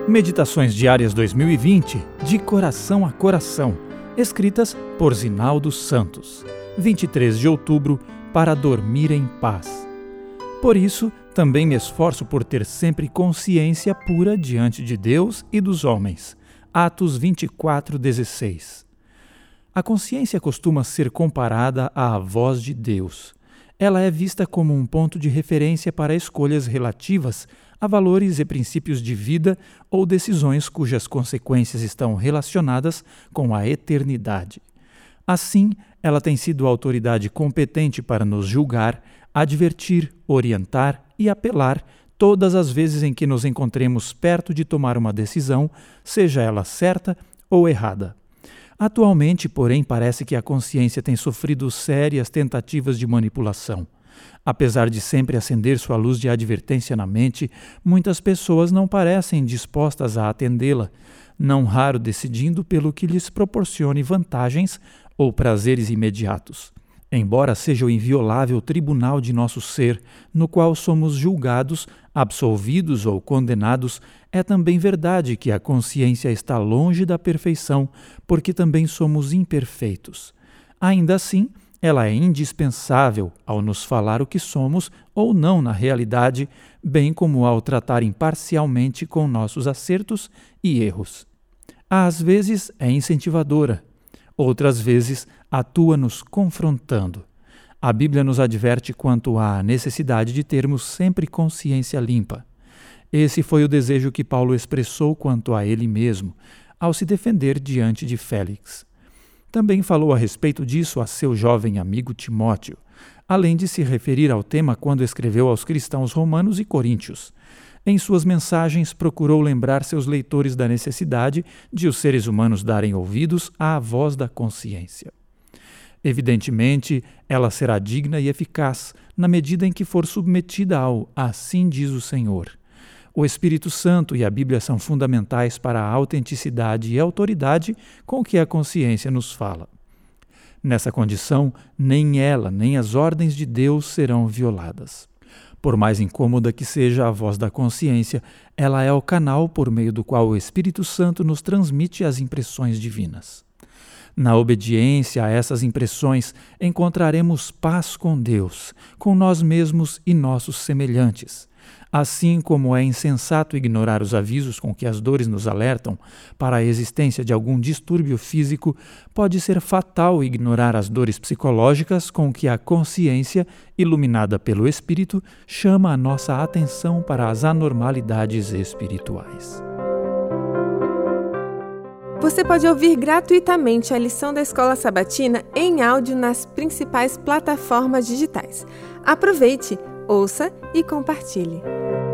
Meditações Diárias 2020, de coração a coração, escritas por Zinaldo Santos, 23 de outubro, para dormir em paz. Por isso, também me esforço por ter sempre consciência pura diante de Deus e dos homens. Atos 24:16. A consciência costuma ser comparada à voz de Deus. Ela é vista como um ponto de referência para escolhas relativas a valores e princípios de vida ou decisões cujas consequências estão relacionadas com a eternidade. Assim, ela tem sido a autoridade competente para nos julgar, advertir, orientar e apelar todas as vezes em que nos encontremos perto de tomar uma decisão, seja ela certa ou errada. Atualmente, porém, parece que a consciência tem sofrido sérias tentativas de manipulação. Apesar de sempre acender sua luz de advertência na mente, muitas pessoas não parecem dispostas a atendê-la, não raro decidindo pelo que lhes proporcione vantagens ou prazeres imediatos. Embora seja o inviolável tribunal de nosso ser, no qual somos julgados, absolvidos ou condenados, é também verdade que a consciência está longe da perfeição, porque também somos imperfeitos. Ainda assim, ela é indispensável ao nos falar o que somos ou não na realidade, bem como ao tratar imparcialmente com nossos acertos e erros. Às vezes é incentivadora, outras vezes atua nos confrontando. A Bíblia nos adverte quanto à necessidade de termos sempre consciência limpa. Esse foi o desejo que Paulo expressou quanto a ele mesmo, ao se defender diante de Félix. Também falou a respeito disso a seu jovem amigo Timóteo, além de se referir ao tema quando escreveu aos cristãos romanos e coríntios. Em suas mensagens, procurou lembrar seus leitores da necessidade de os seres humanos darem ouvidos à voz da consciência. Evidentemente, ela será digna e eficaz na medida em que for submetida ao "assim diz o Senhor". O Espírito Santo e a Bíblia são fundamentais para a autenticidade e autoridade com que a consciência nos fala. Nessa condição, nem ela, nem as ordens de Deus serão violadas. Por mais incômoda que seja a voz da consciência, ela é o canal por meio do qual o Espírito Santo nos transmite as impressões divinas. Na obediência a essas impressões, encontraremos paz com Deus, com nós mesmos e nossos semelhantes. Assim como é insensato ignorar os avisos com que as dores nos alertam para a existência de algum distúrbio físico, pode ser fatal ignorar as dores psicológicas com que a consciência, iluminada pelo Espírito, chama a nossa atenção para as anormalidades espirituais. Você pode ouvir gratuitamente a lição da Escola Sabatina em áudio nas principais plataformas digitais. Aproveite, ouça e compartilhe.